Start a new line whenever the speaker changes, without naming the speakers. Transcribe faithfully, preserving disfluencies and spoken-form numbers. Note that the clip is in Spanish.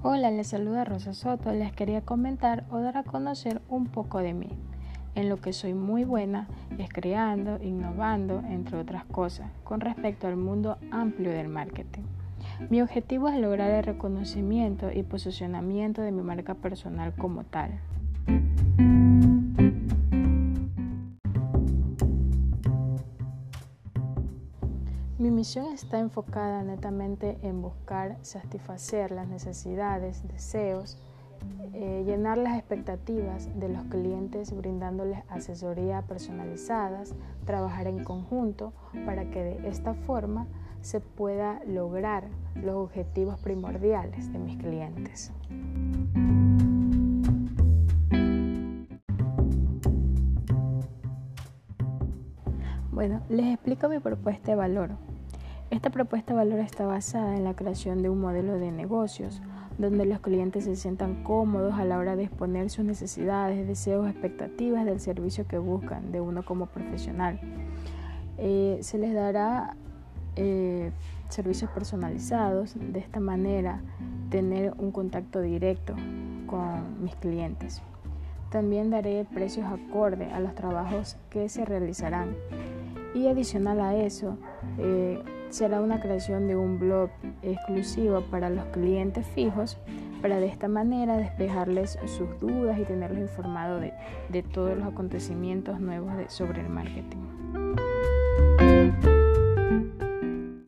Hola, les saluda Rosa Soto. Les quería comentar o dar a conocer un poco de mí. En lo que soy muy buena es creando, innovando, entre otras cosas, con respecto al mundo amplio del marketing. Mi objetivo es lograr el reconocimiento y posicionamiento de mi marca personal como tal. Mi misión está enfocada netamente en buscar satisfacer las necesidades, deseos, eh, llenar las expectativas de los clientes brindándoles asesoría personalizadas, trabajar en conjunto para que de esta forma se pueda lograr los objetivos primordiales de mis clientes. Bueno, les explico mi propuesta de valor. Esta propuesta de valor está basada en la creación de un modelo de negocios donde los clientes se sientan cómodos a la hora de exponer sus necesidades, deseos, expectativas del servicio que buscan de uno como profesional. Eh, se les dará eh, servicios personalizados, de esta manera tener un contacto directo con mis clientes. También daré precios acorde a los trabajos que se realizarán. Y adicional a eso, eh, será una creación de un blog exclusivo para los clientes fijos, para de esta manera despejarles sus dudas y tenerlos informados de, de todos los acontecimientos nuevos de, sobre el marketing.